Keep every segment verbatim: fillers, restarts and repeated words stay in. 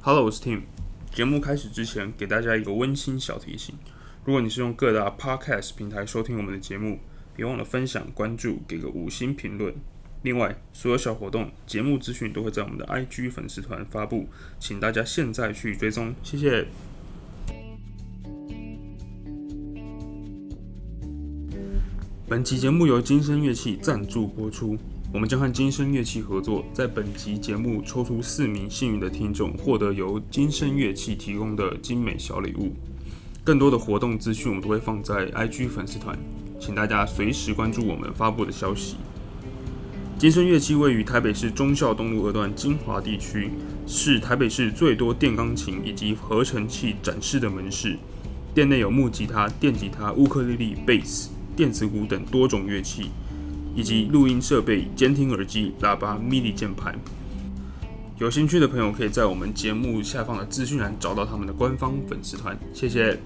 Hello， 我是 Tim。节目开始之前，给大家一个温馨小提醒：如果你是用各大 Podcast 平台收听我们的节目，别忘了分享、关注，给个五星评论。另外，所有小活动、节目资讯都会在我们的 I G 粉丝团发布，请大家现在去追踪，谢谢。本期节目由金声乐器赞助播出。我们将和金声乐器合作，在本集节目抽出四名幸运的听众，获得由金声乐器提供的精美小礼物。更多的活动资讯我们都会放在 I G 粉丝团，请大家随时关注我们发布的消息。金声乐器位于台北市忠孝东路二段精华地区，是台北市最多电钢琴以及合成器展示的门市。店内有木吉他、电吉他、乌克丽丽、贝斯、电子鼓等多种乐器，以及录音设备、监听耳机、喇叭、midi 键盘。有兴趣的朋友可以在我们节目下方的资讯栏找到他们的官方粉丝团。谢谢。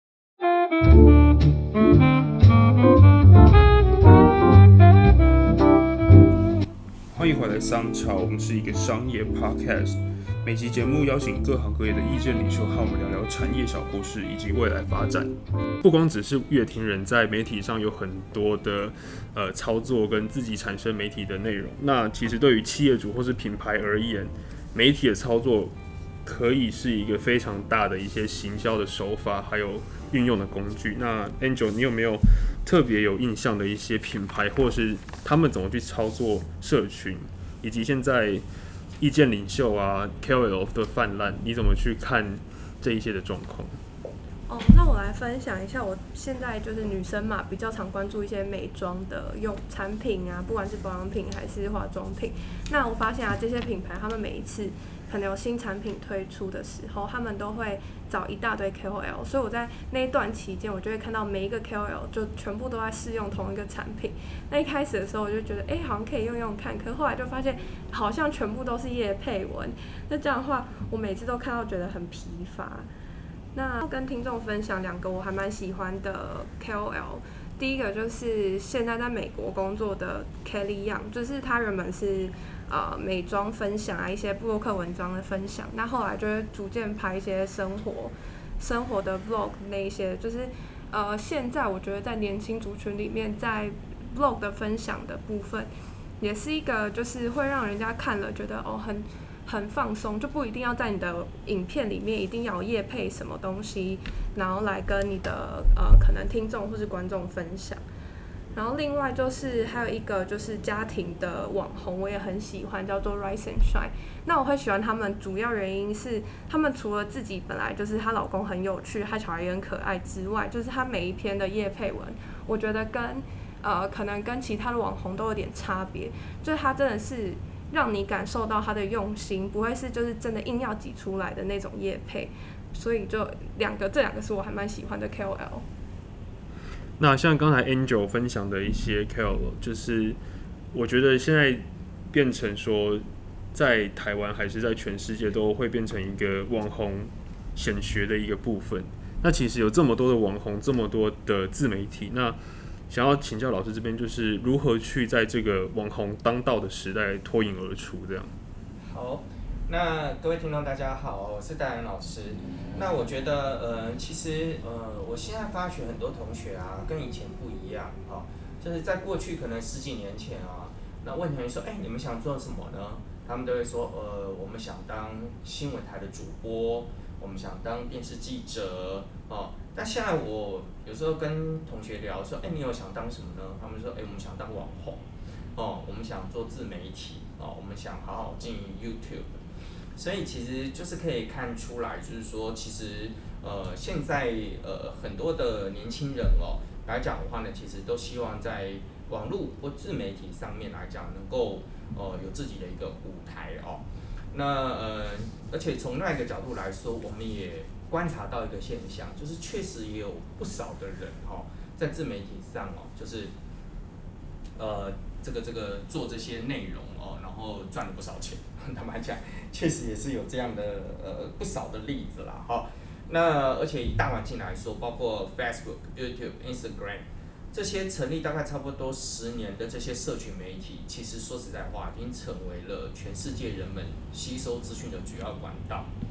欢迎回来商潮，我们是一个商业 podcast。每期节目邀请各行各业的意见领袖和我们聊聊产业小故事以及未来发展。不光只是乐听人在媒体上有很多的呃操作跟自己产生媒体的内容，那其实对于企业主或是品牌而言，媒体的操作可以是一个非常大的一些行销的手法，还有运用的工具。那 Angel， 你有没有特别有印象的一些品牌，或是他们怎么去操作社群，以及现在意见领袖啊 K O L 的泛滥，你怎么去看这一些的状况？ 哦，那我来分享一下，我现在就是女生嘛，比较常关注一些美妆的用产品啊，不管是保养品还是化妆品。那我发现啊，这些品牌他们每一次可能有新产品推出的时候，他们都会找一大堆 K O L， 所以我在那一段期间，我就会看到每一个 K O L 就全部都在试用同一个产品。那一开始的时候，我就觉得，哎、欸，好像可以用用看，可是后来就发现，好像全部都是业配文。那这样的话，我每次都看到觉得很疲乏。那跟听众分享两个我还蛮喜欢的 K O L。第一个就是现在在美国工作的 Kelly Young， 就是他原本是呃美妆分享啊，一些部落客文章的分享，那后来就会逐渐拍一些生活生活的 vlog 那一些，就是呃现在我觉得在年轻族群里面，在 vlog 的分享的部分，也是一个就是会让人家看了觉得哦很。很放松，就不一定要在你的影片里面一定要有业配什么东西，然后来跟你的呃可能听众或是观众分享。然后另外就是还有一个就是家庭的网红，我也很喜欢，叫做 Rise and Shine。那我会喜欢他们，主要原因是他们除了自己本来就是她老公很有趣，她小孩也很可爱之外，就是她每一篇的业配文，我觉得跟呃可能跟其他的网红都有点差别，就是她真的是让你感受到他的用心，不会是就是真的硬要挤出来的那种业配，所以就两个这两个是我还蛮喜欢的 K O L。 那像刚才 Angel 分享的一些 K O L， 就是我觉得现在变成说，在台湾还是在全世界都会变成一个网红显学的一个部分。那其实有这么多的网红，这么多的自媒体，那想要请教老师这边，就是如何去在这个网红当道的时代脱颖而出，这样。 好，那各位听众大家好，我是戴安老师。那我觉得，呃，其实，呃，我现在发觉很多同学啊，跟以前不一样，哦，就是在过去可能十几年前啊，那问同学说，哎、欸，你们想做什么呢？他们都会说，呃，我们想当新闻台的主播，我们想当电视记者，哦。但现在我有时候跟同学聊说，哎、欸，你有想当什么呢？他们说，哎、欸，我们想当网红，哦，我们想做自媒体，哦，我们想好好经营 YouTube。所以其实就是可以看出来，就是说，其实呃，现在呃很多的年轻人哦来讲的话呢，其实都希望在网络或自媒体上面来讲，能够呃有自己的一个舞台哦。那呃，而且从另外一个角度来说，我们也观察到一个现象，就是确实也有不少的人哦，在自媒体上哦，就是呃这个这个做这些内容哦，然后赚了不少钱。坦白讲，确实也是有这样的呃不少的例子啦哈。那而且以大环境来说，包括 Facebook、YouTube、Instagram 这些成立大概差不多十年的这些社群媒体，其实说实在话，已经成为了全世界人们吸收资讯的主要管道。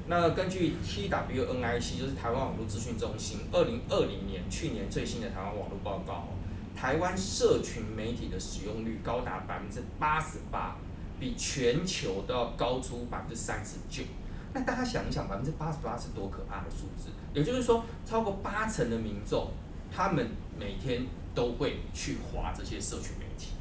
那根据 T W N I C 就是台湾网络资讯中心二零二零年去年最新的台湾网络报告，台湾社群媒体的使用率高达百分之八十八，比全球都要高出百分之三十九。那大家想一想，百分之八十八是多可怕的数字？也就是说，超过八成的民众，他们每天都会去滑这些社群媒体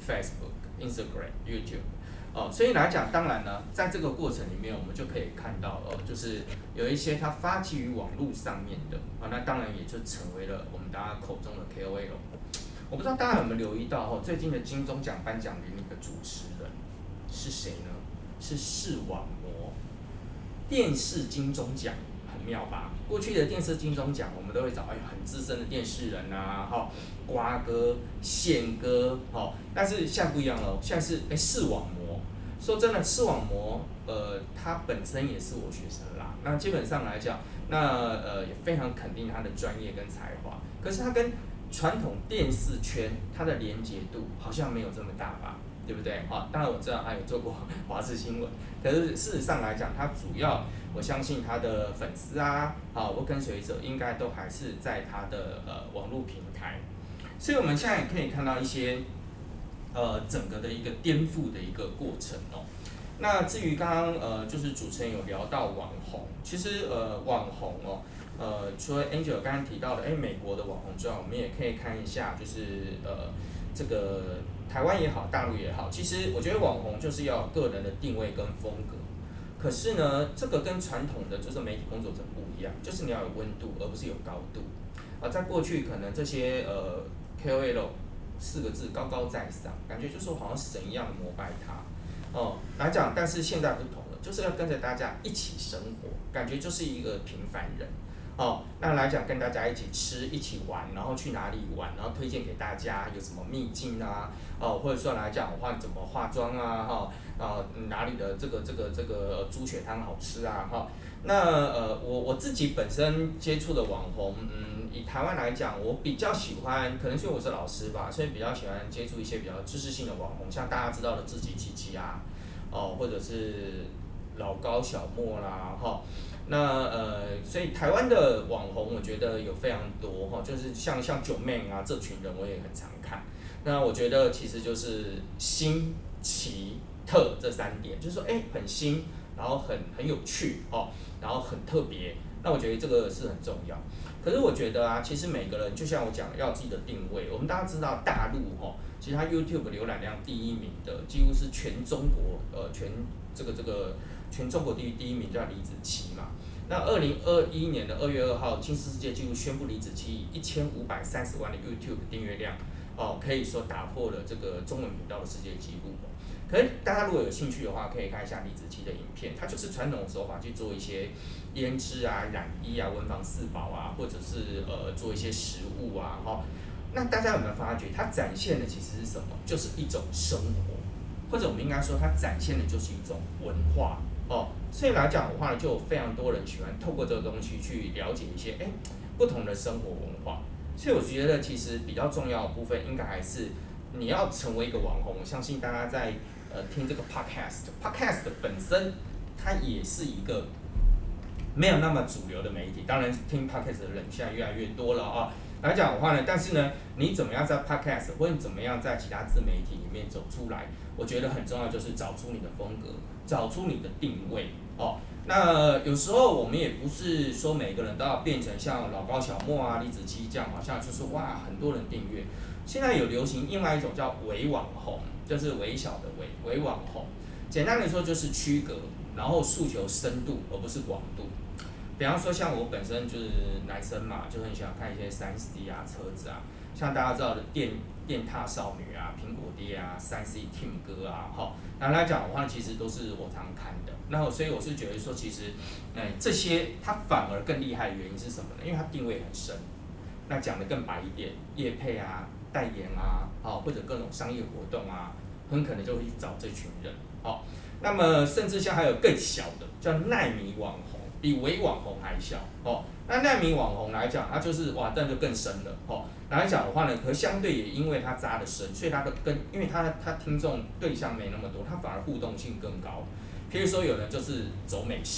，Facebook、Instagram、YouTube。哦，所以来讲，当然呢，在这个过程里面，我们就可以看到，呃，就是有一些它发起于网络上面的，啊，那当然也就成为了我们大家口中的 K O L。我不知道大家有没有留意到，哦，最近的金钟奖颁奖典礼的主持人是谁呢？是视网膜。电视金钟奖很妙吧？过去的电视金钟奖，我们都会找哎很资深的电视人啊，哈，瓜哥、宪哥，哈，但是现在不一样了，现在是哎视网膜。说真的，视网膜，呃，他本身也是我学生啦。那基本上来讲，那呃也非常肯定他的专业跟才华。可是他跟传统电视圈他的连结度好像没有这么大吧？对不对？好，当然我知道他有做过华视新闻，可是事实上来讲，他主要我相信他的粉丝啊，啊或跟随者应该都还是在他的呃网络平台，所以我们现在可以看到一些呃整个的一个颠覆的一个过程哦。那至于刚刚呃就是主持人有聊到网红，其实呃网红哦，呃除了 Angel 刚刚提到的哎美国的网红之外，我们也可以看一下就是呃这个。台湾也好，大陆也好，其实我觉得网红就是要有个人的定位跟风格。可是呢，这个跟传统的就是媒体工作者不一样，就是你要有温度，而不是有高度。啊，在过去可能这些呃 K O L 四个字高高在上，感觉就是好像神一样的膜拜他。哦，来讲，但是现在不同了，就是要跟着大家一起生活，感觉就是一个平凡人。哦，那来讲跟大家一起吃，一起玩，然后去哪里玩，然后推荐给大家有什么秘境啊，哦，或者说来讲换怎么化妆啊，哈、哦，啊哪里的这个这个这个猪血汤好吃啊，哈、哦，那呃我我自己本身接触的网红，嗯，以台湾来讲，我比较喜欢，可能是因为我是老师吧，所以比较喜欢接触一些比较知识性的网红，像大家知道的志祺七七啊，哦，或者是老高小莫啦，哈、哦。那呃，所以台湾的网红，我觉得有非常多哈，就是像像九妹啊这群人，我也很常看。那我觉得其实就是新、奇、特这三点，就是说哎、欸、很新，然后很很有趣哦，然后很特别。那我觉得这个是很重要。可是我觉得啊，其实每个人就像我讲，要有自己的定位。我们大家知道大陆哈，其实它 YouTube 浏览量第一名的，几乎是全中国呃全这个这个。全中国第一第一名叫李子柒嘛，那二零二一年的二月二号，金氏世界纪录宣布李子柒以一千五百三十万的 YouTube 订阅量，哦，可以说打破了这个中文频道的世界纪录。可是大家如果有兴趣的话，可以看一下李子柒的影片，它就是传统手法去做一些腌制啊、染衣啊、文房四宝啊，或者是呃做一些食物啊，哈、哦。那大家有没有发觉，它展现的其实是什么？就是一种生活，或者我们应该说，它展现的就是一种文化。哦，所以来讲的话呢，就有非常多人喜欢透过这个东西去了解一些哎不同的生活文化。所以我觉得其实比较重要的部分，应该还是你要成为一个网红。我相信大家在呃听这个 podcast，podcast 本身它也是一个没有那么主流的媒体。当然，听 podcast 的人现在越来越多了啊。来讲的话呢，但是呢，你怎么样在 podcast 或者怎么样在其他自媒体里面走出来？我觉得很重要，就是找出你的风格，找出你的定位哦。那有时候我们也不是说每个人都要变成像老高、小莫啊、李子柒这样，好像就是哇很多人订阅。现在有流行另外一种叫微网红，就是微小的微微网红。简单的说就是区隔，然后诉求深度而不是广度。比方说像我本身就是男生嘛，就很喜欢看一些三 C 啊、车子啊，像大家知道的电电踏少女啊、苹果爹啊、三 C Tim 哥啊，哈，那来讲的话，其实都是我常看的。那所以我是觉得说，其实，哎、嗯，这些它反而更厉害的原因是什么呢？因为它定位很深。那讲得更白一点，业配啊、代言啊，好或者各种商业活动啊，很可能就会去找这群人，好。那么甚至像还有更小的，叫奈米网红。比微网红还小哦，那奈米网红来讲，它就是哇，那就更深了哦。来讲的话呢，可相对也因为它扎得深，所以它的跟，因为它它听众对象没那么多，它反而互动性更高。譬如说，有人就是走美食，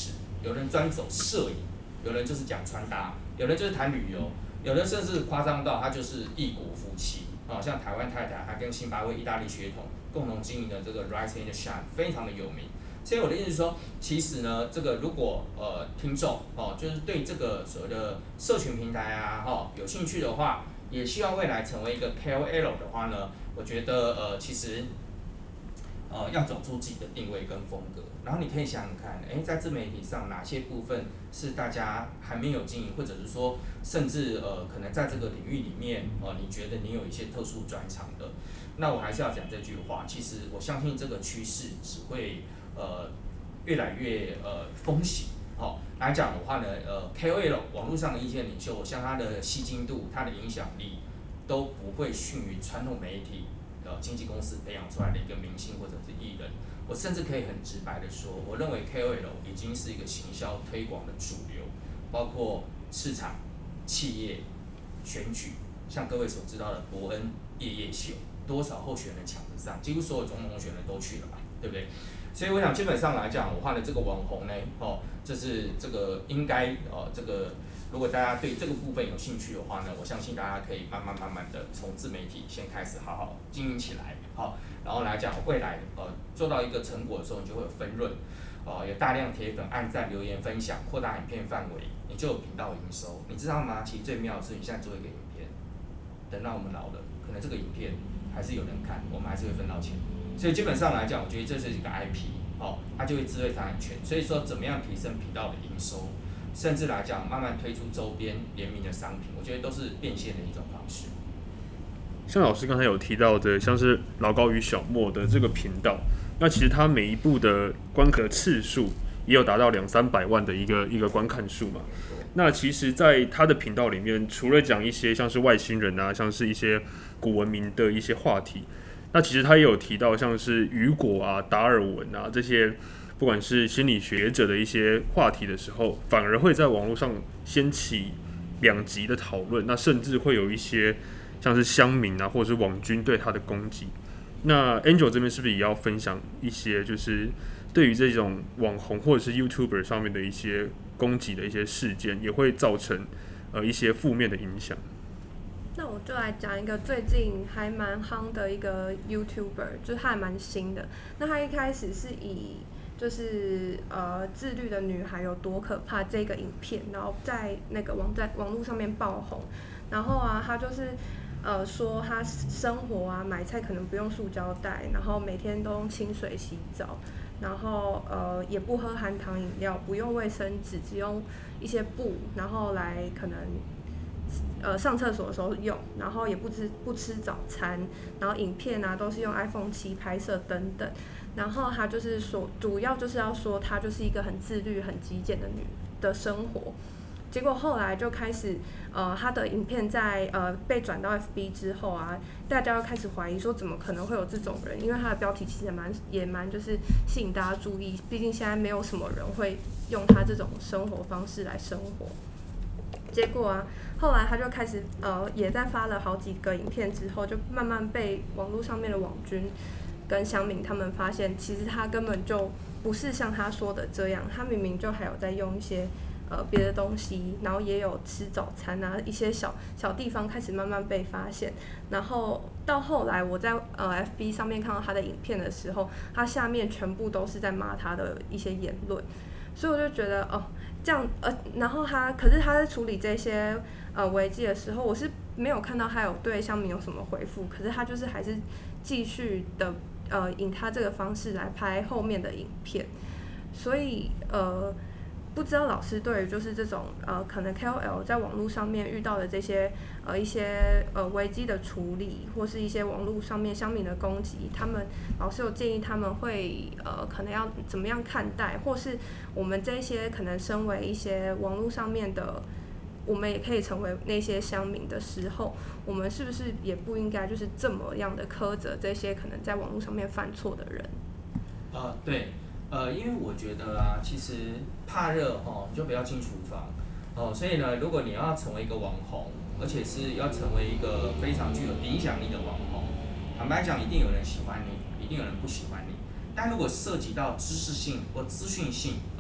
有人专走摄影，有人就是讲穿搭，有人就是谈旅游，有的甚至夸张到他就是异国夫妻。哦，像台湾太太，她跟辛巴威意大利血统共同经营的这个 Rise and Shine 非常的有名。所以我的意思是说，其实呢，这个如果呃听众哦，就是对这个所谓的社群平台啊，哦有兴趣的话，也希望未来成为一个 K O L 的话呢，我觉得呃其实呃要走出自己的定位跟风格。然后你可以想想看，哎，在自媒体上哪些部分是大家还没有经营，或者是说，甚至呃可能在这个领域里面，呃你觉得你有一些特殊专长的，那我还是要讲这句话，其实我相信这个趋势只会呃越来越呃风行。好、哦、来讲的话呢，呃 K O L 网络上的意见领袖，像他的吸睛度、他的影响力，都不会逊于传统媒体呃经纪公司培养出来的一个明星或者是艺人。我甚至可以很直白的说，我认为 K O L 已经是一个行销推广的主流，包括市场、企业、选举，像各位所知道的伯恩夜夜秀，多少候选人抢着上，几乎所有总统候选人都去了吧，对不对？所以我想基本上来讲，我画的这个网红呢，哦，就是这个应该哦，这个如果大家对这个部分有兴趣的话呢，我相信大家可以慢慢慢慢的从自媒体先开始好好经营起来，好、哦，然后来讲未来呃做到一个成果的时候，你就会有分润，哦，有大量铁粉按赞、留言、分享，扩大影片范围，你就有频道营收，你知道吗？其实最妙的是你现在做一个影片，等到我们老了，可能这个影片还是有人看，我们还是会分到钱。所以基本上来讲，我觉得这是一个 I P， 哦，它就会智慧财产权。所以说，怎么样提升频道的营收，甚至来讲，慢慢推出周边联名的商品，我觉得都是变现的一种方式。 像老师刚才有提到的，像是老高与小莫的这个频道，那其实它每一部的观看次数也有达到两三百万的一个一个观看数嘛。那其实，在他的频道里面，除了讲一些像是外星人啊，像是一些古文明的一些话题。那其实他也有提到，像是雨果啊、达尔文啊这些，不管是心理学者的一些话题的时候，反而会在网络上掀起两极的讨论。那甚至会有一些像是乡民啊，或者是网军对他的攻击。那 Angel 这边是不是也要分享一些，就是对于这种网红或者是 YouTuber 上面的一些攻击的一些事件，也会造成呃一些负面的影响？ 那我就来讲一个最近还蛮夯的一个 YouTuber， 就是他还蛮新的。那他一开始是以就是呃自律的女孩有多可怕这个影片，然后在那个网在网络上面爆红。然后啊，他就是呃说他生活啊买菜可能不用塑胶袋，然后每天都用清水洗澡，然后呃也不喝含糖饮料，不用卫生纸，只用一些布，然后来可能。呃，上厕所的时候用，然后也不吃不吃早餐，然后影片啊都是用 iPhone 七拍摄等等，然后他就是说，主要就是要说他就是一个很自律、很极简的女的生活。结果后来就开始，呃，他的影片在呃被转到 F B 之后啊，大家又开始怀疑说，怎么可能会有这种人？因为他的标题其实也蛮也蛮就是吸引大家注意，毕竟现在没有什么人会用他这种生活方式来生活。结果啊，后来他就开始呃，也在发了好几个影片之后，就慢慢被网络上面的网军跟乡民他们发现，其实他根本就不是像他说的这样，他明明就还有在用一些呃别的东西，然后也有吃早餐啊，一些小小地方开始慢慢被发现，然后到后来我在呃 F B 上面看到他的影片的时候，他下面全部都是在骂他的一些言论，所以我就觉得哦。这样呃，然后他，可是他在处理这些呃危机的时候，我是没有看到他有对乡民有什么回复，可是他就是还是继续的呃以他这个方式来拍后面的影片，所以呃不知道老师对于就是这种呃可能 K O L 在网络上面遇到的这些呃一些呃危机的处理，或是一些网络上面乡民的攻击，他们老师有建议他们会呃可能要怎么样看待，或是我们这些可能身为一些网络上面的，我们也可以成为那些乡民的时候，我们是不是也不应该就是这么样的苛责这些可能在网络上面犯错的人？ 啊、呃，对。呃，因为我觉得啊，其实怕热哈，就不要进厨房哦。所以呢，如果你要成为一个网红，而且是要成为一个非常具有影响力的网红，坦白讲，一定有人喜欢你，一定有人不喜欢你。但如果涉及到知识性或资讯性哦，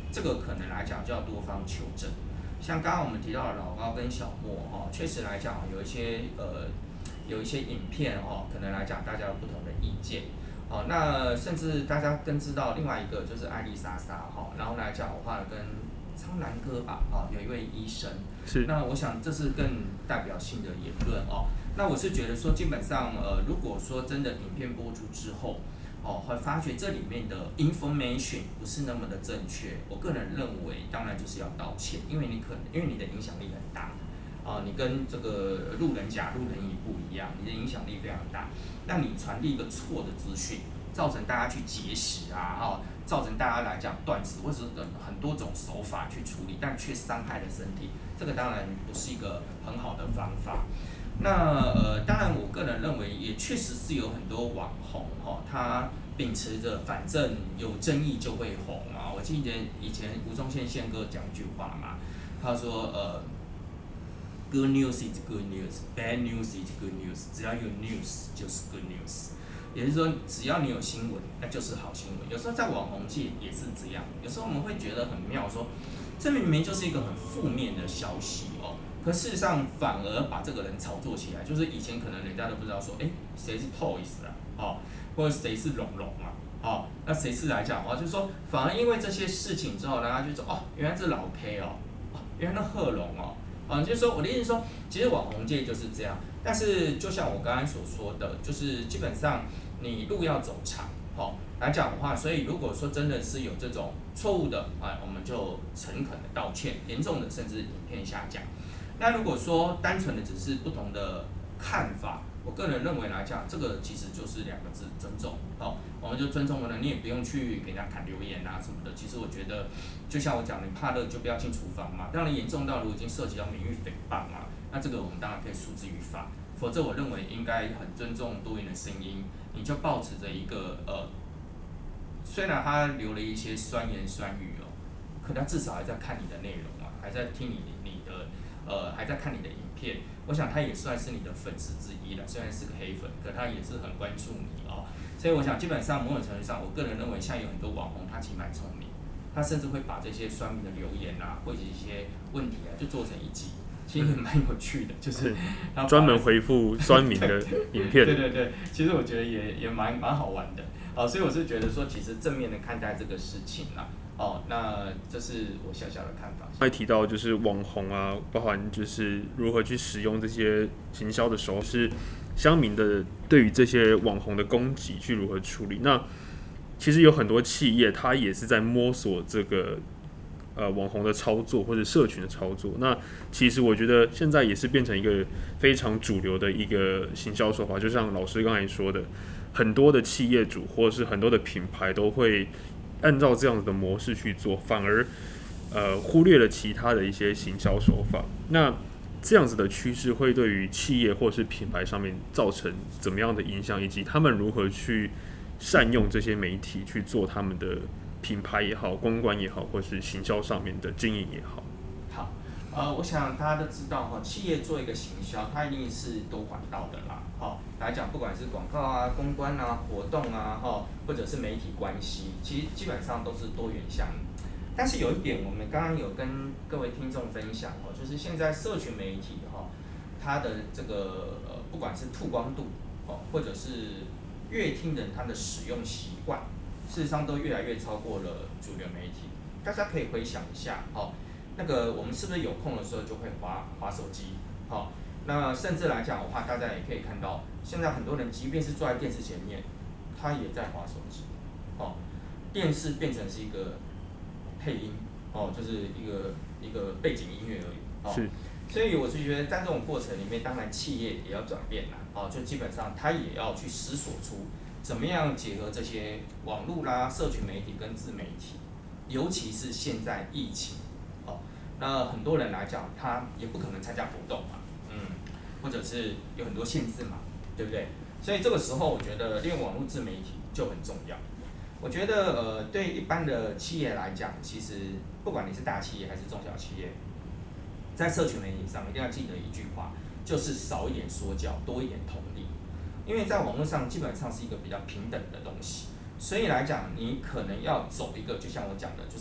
这个可能来讲就要多方求证。像刚刚我们提到的老高跟小莫哦，确实来讲有一些呃有一些影片哦，可能来讲大家有不同的意见。哦，那甚至大家更知道另外一个就是艾丽莎莎哈，然后来讲的话跟苍兰哥吧，哦，有一位医生， 是， 那我想这是更代表性的言论哦。那我是觉得说，基本上呃，如果说真的影片播出之后，哦，会发觉这里面的 information 不是那么的正确，我个人认为，当然就是要道歉，因为你可能因为你的影响力很大。啊，你跟这个路人甲、路人乙不一样，你的影响力非常大。那你传递一个错的资讯，造成大家去节食啊，哦，造成大家来讲断食，或者是很多种手法去处理，但却伤害了身体，这个当然不是一个很好的方法。那呃，当然我个人认为，也确实是有很多网红哈、哦，他秉持着反正有争议就会红啊。我记得以前吴宗宪宪哥讲一句话嘛，他说呃。Good news is good news, bad news is good news. 只要有 news 就是 good news， 也就是说，只要你有新闻，那就是好新闻。有时候在网红界也是这样，有时候我们会觉得很妙说，这明明就是一个很负面的消息哦，可事实上反而把这个人炒作起来。就是以前可能人家都不知道说，哎，谁是 Toys 啊，哦，或者谁是龙龙啊，哦，那谁是来讲的话，就是说，反而因为这些事情之后，大家就说，哦，原来这老 K 哦，哦原来那贺龙哦。啊，就是说我的意思是说，其实网红界就是这样。但是就像我刚才所说的，就是基本上你路要走长，哦，来讲的话，所以如果说真的是有这种错误的，啊，我们就诚恳的道歉，严重的甚至影片下架。那如果说单纯的只是不同的看法，我个人认为来讲，这个其实就是两个字：尊重。哦，我们就尊重了，你也不用去给人家砍留言啊什么的。其实我觉得，就像我讲，你怕热就不要进厨房嘛。当然严重到如果已经涉及到名誉诽谤嘛，那这个我们当然可以诉之于法。否则我认为应该很尊重多元的声音，你就抱持着一个呃，虽然他留了一些酸言酸语哦，可他至少还在看你的内容啊，还在听你你的呃，还在看你的影片。我想他也算是你的粉丝之一了，虽然是个黑粉，可他也是很关注你哦。所以我想基本上某种程度上，我个人认为，像有很多网红，他其实蛮聪明，他甚至会把这些酸民的留言啊，或者一些问题啊，就做成一集。其实蛮有趣的，就是专门回复酸民的影片。 对对对，其实我觉得也也蛮蛮好玩的。哦，所以我是觉得说，其实正面的看待这个事情啦。哦，那这是我小小的看法。 还提到就是网红啊，包含就是如何去使用这些行销的时候，是乡民的对于这些网红的攻击去如何处理。那其实有很多企业，它也是在摸索这个。呃，网红的操作或者社群的操作，那其实我觉得现在也是变成一个非常主流的一个行销手法。就像老师刚才说的，很多的企业主或者是很多的品牌都会按照这样子的模式去做，反而呃忽略了其他的一些行销手法。那这样子的趋势会对于企业或是品牌上面造成怎么样的影响，以及他们如何去善用这些媒体去做他们的品牌也好，公关也好，或是行销上面的经营也好。 好，呃，我想大家都知道哈，企业做一个行销，它一定是多管道的啦。好，来讲不管是广告啊、公关啊、活动啊，哈，或者是媒体关系，其实基本上都是多元项。但是有一点，我们刚刚有跟各位听众分享哦，就是现在社群媒体哈，它的这个呃，不管是曝光度哦，或者是阅听人他的使用习惯。事实上都越来越超过了主流媒体，大家可以回想一下，哦，那个我们是不是有空的时候就会滑滑手机，哦，那甚至来讲的话，大家也可以看到，现在很多人即便是坐在电视前面，他也在滑手机，哦，电视变成是一个配音，哦，就是一个一个背景音乐而已，哦， 是， 所以我是觉得在这种过程里面，当然企业也要转变啦，哦，就基本上他也要去思索出。怎么样结合这些网络啦、社群媒体跟自媒体，尤其是现在疫情，哦，那很多人来讲，他也不可能参加活动嘛，嗯，或者是有很多限制嘛，对不对？所以这个时候，我觉得利用网络自媒体就很重要。我觉得，呃，对一般的企业来讲，其实不管你是大企业还是中小企业，在社群媒体上一定要记得一句话，就是少一点说教，多一点同理。因为在网络上基本上是一个比较平等的东西，所以来讲，你可能要走一个，就像我讲的，就是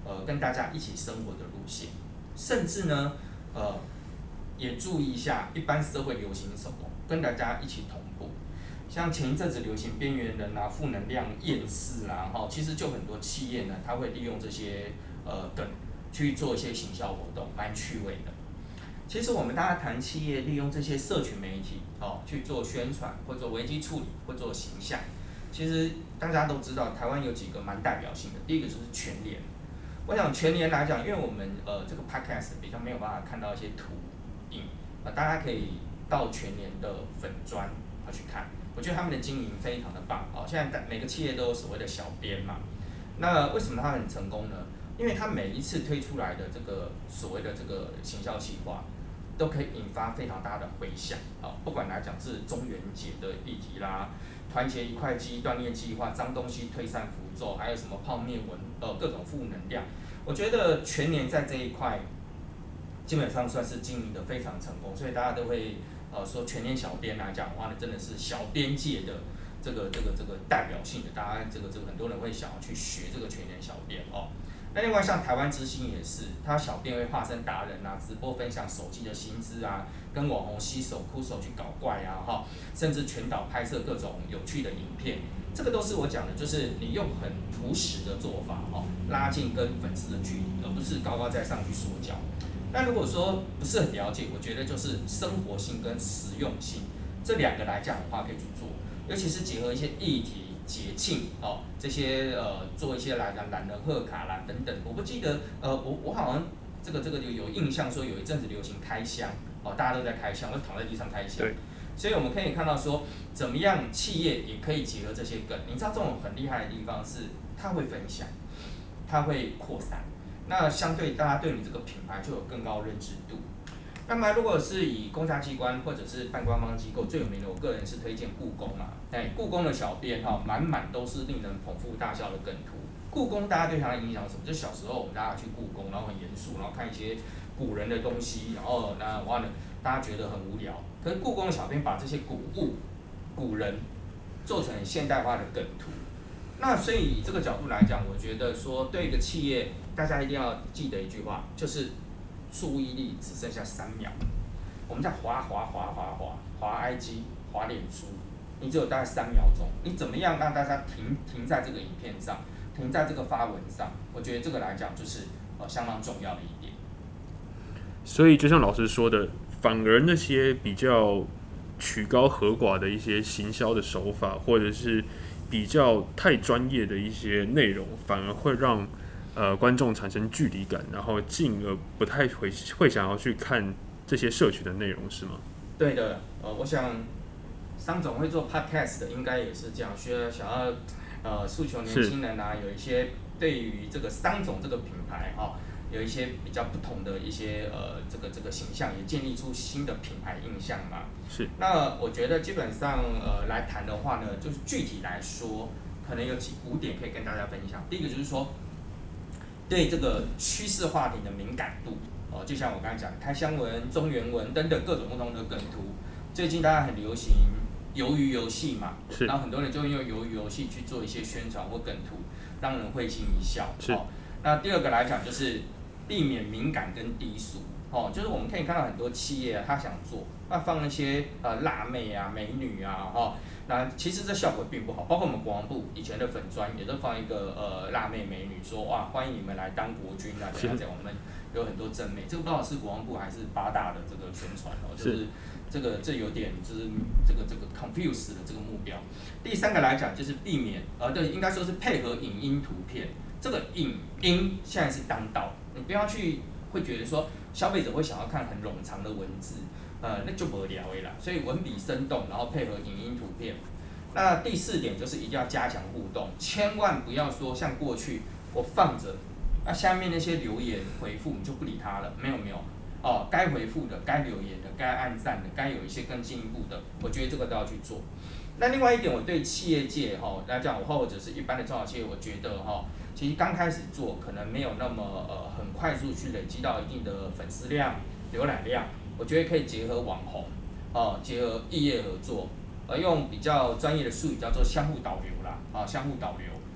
呃跟大家一起生活的路线，甚至呢呃也注意一下一般社会流行什么，跟大家一起同步。像前一阵子流行边缘人啊、负能量、厌世啊，哈，其实就很多企业呢，它会利用这些呃梗去做一些行销活动，蛮趣味的。其实我们大家谈企业利用这些社群媒体哦去做宣传，或做危机处理，或做形象。其实大家都知道，台湾有几个蛮代表性的。第一个就是全联。我想全联来讲，因为我们呃这个 podcast 比较没有办法看到一些图影，呃大家可以到全联的粉专去看。我觉得他们的经营非常的棒哦。现在每个企业都有所谓的小编嘛，那为什么他很成功呢？因为他每一次推出来的这个所谓的这个行销企划，都可以引发非常大的回响啊！不管来讲是中元节的议题啦，团结一块肌锻炼计划，脏东西推散符咒，还有什么泡面文，呃，各种负能量。我觉得全年在这一块，基本上算是经营的非常成功，所以大家都会呃说全年小编来讲的话呢，真的是小编界的这个这个这个代表性的，大家这个这个很多人会想要去学这个全年小编哦。那另外像台湾之星也是，他小编会化身达人啊，直播分享手机的薪资啊，跟网红携手哭手去搞怪啊，哈，甚至全岛拍摄各种有趣的影片，这个都是我讲的，就是你用很朴实的做法，哈，拉近跟粉丝的距离，而不是高高在上去说教。那如果说不是很了解，我觉得就是生活性跟实用性这两个来讲的话，可以去做，尤其是结合一些议题。节庆哦，这些呃做一些来讲懒人贺卡啦等等，我不记得呃我我好像这个这个有印象说有一阵子流行开箱哦，大家都在开箱，会躺在地上开箱。对。所以我们可以看到说，怎么样企业也可以结合这些梗。你知道这种很厉害的地方是，它会分享，它会扩散，那相对大家对你这个品牌就有更高认知度。那么，如果是以公家机关或者是半官方机构最有名的，我个人是推荐故宫嘛。哎，故宫的小编哈，满满都是令人捧腹大笑的梗图。故宫大家对它的影响是什么？就小时候我们大家去故宫，然后很严肃，然后看一些古人的东西，然后那完了大家觉得很无聊。可是故宫的小编把这些古物、古人做成现代化的梗图。那所以以这个角度来讲，我觉得说对一个企业，大家一定要记得一句话，就是注意力只剩下三秒。我们在滑滑滑滑滑滑 I G 滑脸书，你只有大概三秒钟，你怎么样让大家停停在这个影片上，停在这个发文上？我觉得这个来讲就是呃相当重要的一点。 所以就像老师说的，反而那些比较曲高和寡的一些行销的手法，或者是比较太专业的一些内容，反而会让呃观众产生距离感，然后进而不太会会想要去看这些社群的内容，是吗？ 对的，呃，我想商总会做 podcast 的，应该也是这样，需要想要呃诉求年轻人啊，有一些对于这个商总这个品牌哈、哦，有一些比较不同的一些呃这个这个形象，也建立出新的品牌印象嘛。 是。 那我觉得基本上呃来谈的话呢，就是具体来说，可能有几五点可以跟大家分享。第一个就是说，对这个趋势话题的敏感度。哦，就像我刚才讲，开箱文、中原文等等各种不同的梗图，最近大家很流行鱿鱼游戏嘛，然后很多人就用鱿鱼游戏去做一些宣传或梗图，让人会心一笑。哦，那第二个来讲就是避免敏感跟低俗。哦，就是我们可以看到很多企业、啊、他想做，那放一些呃辣妹啊、美女啊，哦，那其实这效果并不好。包括我们国防部以前的粉专也都放一个呃辣妹美女，说哇欢迎你们来当国军啊，这样讲我们。有很多正妹，这个不知道是国防部还是八大的这个宣传哦，就是这个这有点就是这个这个 confuse 的这个目标。第三个来讲就是避免，呃，对，应该说是配合影音图片，这个影音现在是当道，你不要去会觉得说消费者会想要看很冗长的文字，呃，那就无聊的啦。所以文笔生动，然后配合影音图片。那第四点就是一定要加强互动，千万不要说像过去我放着。那下面那些留言回复你就不理他了，没有没有，哦，该回复的、该留言的、该按赞的、该有一些更进一步的，我觉得这个都要去做。那另外一点，我对企业界哈、哦、来讲，我或者是一般的中小企业，我觉得哈、哦，其实刚开始做可能没有那么呃很快速去累积到一定的粉丝量、浏览量，我觉得可以结合网红，哦，结合异业合作，呃，用比较专业的术语叫做相互导流啦，啊，相互导流。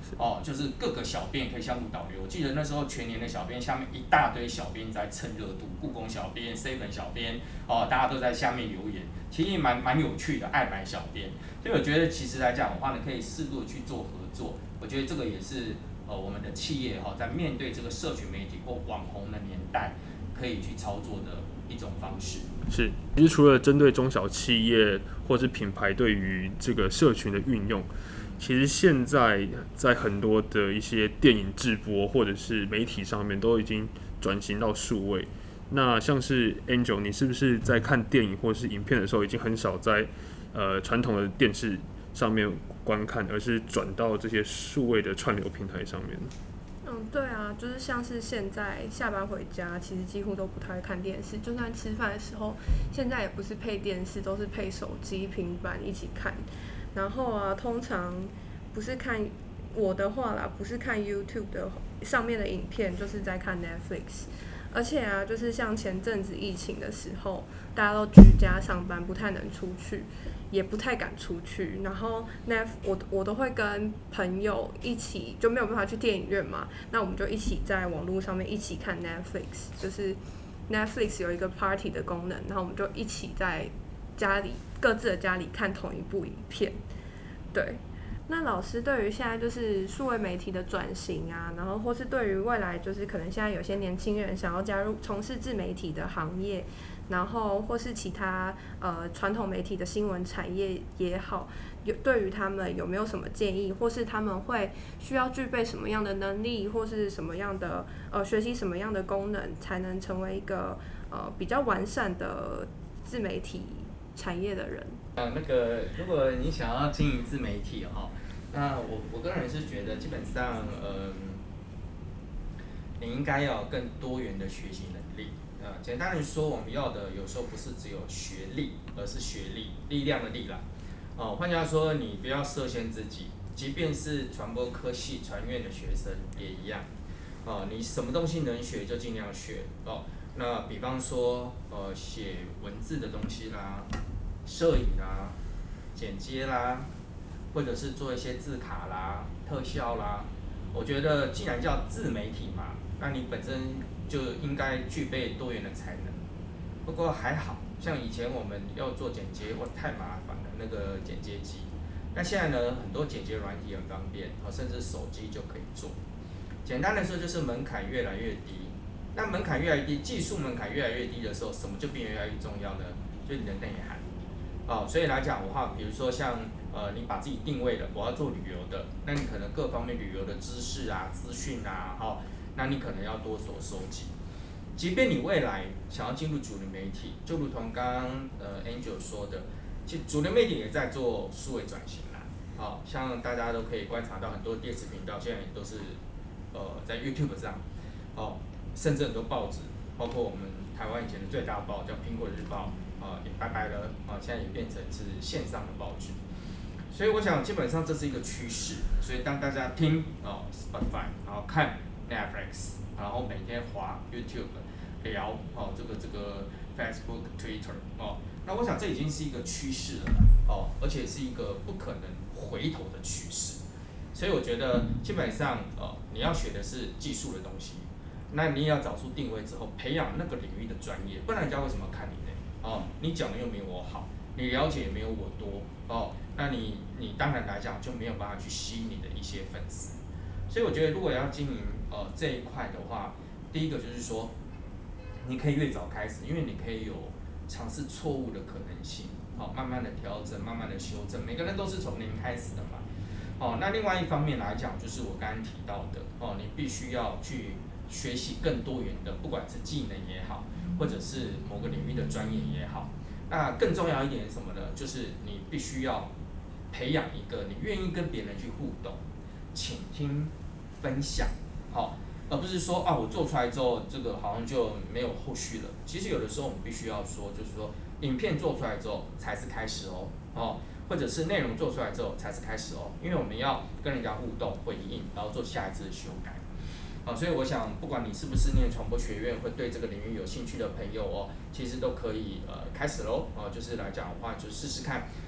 哦，就是各个小编可以相互导流。我记得那时候全年的小编下面一大堆小编在蹭热度，故宫小编、seven 小编，哦，大家都在下面留言，其实蛮蛮有趣的，爱买小编。所以我觉得其实来讲的话呢，可以适度的去做合作。我觉得这个也是呃我们的企业哈、哦，在面对这个社群媒体或网红的年代，可以去操作的一种方式。 是，其实除了针对中小企业或是品牌对于这个社群的运用，其实现在在很多的一些电影制播或者是媒体上面都已经转型到数位。那像是 Angel， 你是不是在看电影或是影片的时候，已经很少在呃传统的电视上面观看，而是转到这些数位的串流平台上面？ 嗯，对啊，就是像是现在下班回家，其实几乎都不太会看电视，就算吃饭的时候，现在也不是配电视，都是配手机、平板一起看。然后啊，通常不是看我的话啦，不是看 YouTube 的上面的影片，就是在看 Netflix。而且啊，就是像前阵子疫情的时候，大家都居家上班，不太能出去，也不太敢出去。然后 Netflix 我我都会跟朋友一起，就没有办法去电影院嘛，那我们就一起在网络上面一起看 Netflix， 就是 Netflix 有一个 Party 的功能，然后我们就一起在家里各自的家里看同一部影片。对，那老师对于现在就是数位媒体的转型啊，然后或是对于未来就是可能现在有些年轻人想要加入从事自媒体的行业，然后或是其他呃传统媒体的新闻产业也好，有对于他们有没有什么建议，或是他们会需要具备什么样的能力，或是什么样的呃学习什么样的功能，才能成为一个呃比较完善的自媒体产业的人？ 呃，那个如果你想要经营自媒体哈、哦，那我我个人是觉得基本上，呃，你应该要有更多元的学习能力。呃，简单的说，我们要的有时候不是只有学历，而是学历，力量的力啦。哦，换句话说，你不要设限自己，即便是传播科系传院的学生也一样。哦，你什么东西能学就尽量学。哦，那比方说，呃，写文字的东西啦。摄影啦、剪接啦，或者是做一些字卡啦、特效啦，我觉得既然叫自媒体嘛，那你本身就应该具备多元的才能。不过还好像以前我们要做剪接，哇，太麻烦了，那个剪接机。那现在呢，很多剪接软体很方便，甚至手机就可以做。简单的说，就是门槛越来越低。那门槛越来越低，技术门槛越来越低的时候，什么就变越来越重要呢？就是你的内涵。哦，所以来讲的话，比如说像呃，你把自己定位了，我要做旅游的，那你可能各方面旅游的知识啊、资讯啊，哦，那你可能要多所收集。即便你未来想要进入主流媒体，就如同刚刚呃 Angel 说的，其实主流媒体也在做数位转型啦。哦，像大家都可以观察到很多电视频道现在都是呃在 YouTube 上，哦，甚至很多报纸，包括我们台湾以前的最大报叫《苹果日报》。呃，也拜拜了啊！现在也变成是线上的报纸，所以我想基本上这是一个趋势。所以当大家听哦 Spotify， 然后看 Netflix， 然后每天滑 YouTube， 聊哦这个这个 Facebook、Twitter 哦，那我想这已经是一个趋势了哦，而且是一个不可能回头的趋势。所以我觉得基本上哦，你要学的是技术的东西，那你也要找出定位之后，培养那个领域的专业，不然人家为什么看你呢？哦，你讲的又没有我好，你了解也没有我多哦，那你你当然来讲就没有办法去吸引你的一些粉丝。所以我觉得如果要经营呃这一块的话，第一个就是说，你可以越早开始，因为你可以有尝试错误的可能性，哦，慢慢的调整，慢慢的修正，每个人都是从零开始的嘛。哦，那另外一方面来讲，就是我刚刚提到的哦，你必须要去学习更多元的，不管是技能也好。或者是某个领域的专业也好，那更重要一点是什么呢？就是你必须要培养一个你愿意跟别人去互动、倾听、分享，好，而不是说啊我做出来之后，这个好像就没有后续了。其实有的时候我们必须要说，就是说影片做出来之后才是开始哦，哦，或者是内容做出来之后才是开始哦，因为我们要跟人家互动、回应，然后做下一次的修改。啊，所以我想，不管你是不是念传播学院，或对这个领域有兴趣的朋友哦，其实都可以呃开始喽。哦，就是来讲的话，就试试看。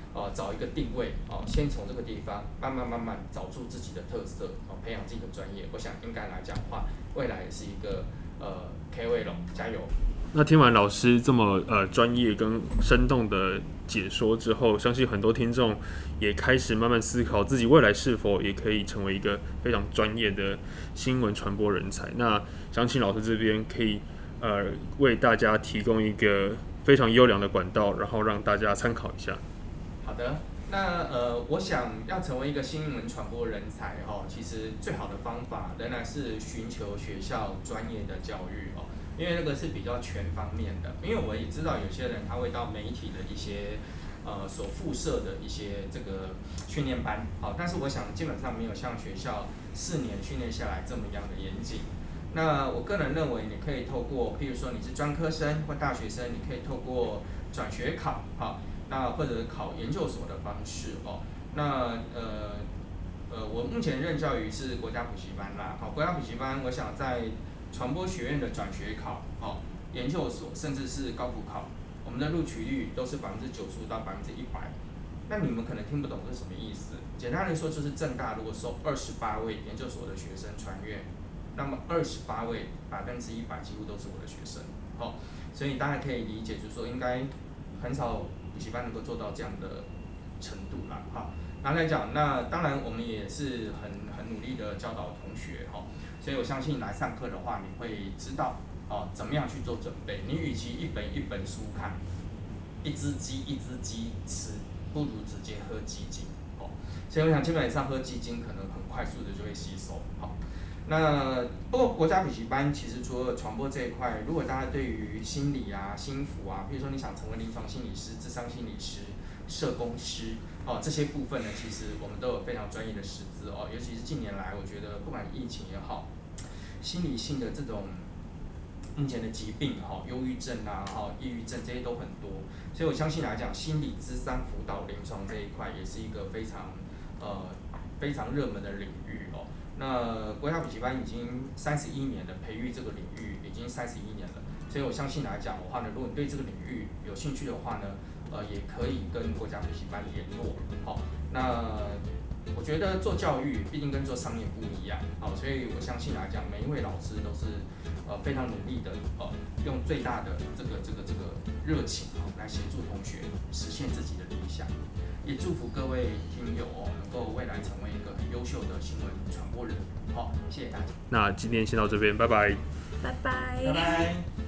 呃找一个定位哦，先从这个地方慢慢慢慢找出自己的特色哦，培养自己的专业。我想应该来讲的话，未来也是一个呃 K O L， 加油！ 那听完老师这么呃专业跟生动的解说之后，相信很多听众也开始慢慢思考自己未来是否也可以成为一个非常专业的新闻传播人才。那想请老师这边可以呃为大家提供一个非常优良的管道，然后让大家参考一下。 好的，那呃，我想要成为一个新闻传播人才哦，其实最好的方法仍然是寻求学校专业的教育哦。因为那个是比较全方面的，因为我也知道有些人他会到媒体的一些呃所附设的一些这个训练班，好，但是我想基本上没有像学校四年训练下来这么样的严谨。那我个人认为，你可以透过，譬如说你是专科生或大学生，你可以透过转学考，好，那或者考研究所的方式哦。那呃呃，我目前任教于是国家补习班啦，好，国家补习班，我想在传播学院的转学考，哦，研究所，甚至是高普考，我们的录取率都是百分之九十五到百分之一百。那你们可能听不懂这是什么意思？简单来说，就是政大如果收二十八位研究所的学生传院，那么二十八位百分之一百几乎都是我的学生，哦，所以大家可以理解，就是说应该很少补习班能够做到这样的程度啦，哈。然后来讲，那当然我们也是很很努力的教导同学，哈。所以我相信来上课的话，你会知道哦怎么样去做准备。你与其一本一本书看，一只鸡一只鸡吃，不如直接喝鸡精哦。所以我想基本上喝鸡精可能很快速的就会吸收。好，那不过国家补习班其实除了传播这一块，如果大家对于心理啊、心辅啊，比如说你想成为临床心理师、諮商心理师、社工师哦这些部分呢，其实我们都有非常专业的师资哦。尤其是近年来，我觉得不管疫情也好，心理性的这种目前的疾病哈，忧郁症啊、哈、抑郁症这些都很多，所以我相信来讲，心理諮商辅导临床这一块也是一个非常呃非常热门的领域哦。那国家补习班已经三十一年了，培育这个领域已经三十一年了，所以我相信来讲的话呢，如果你对这个领域有兴趣的话呢，呃，也可以跟国家补习班联络，好、哦，那。我觉得做教育毕竟跟做商业不一样，好，所以我相信来讲，每一位老师都是呃非常努力的，呃，用最大的这个这个这个热情哦来协助同学实现自己的理想，也祝福各位听友哦能够未来成为一个很优秀的新闻传播人，好，谢谢大家。 那今天先到这边，拜拜， 拜拜， 拜拜。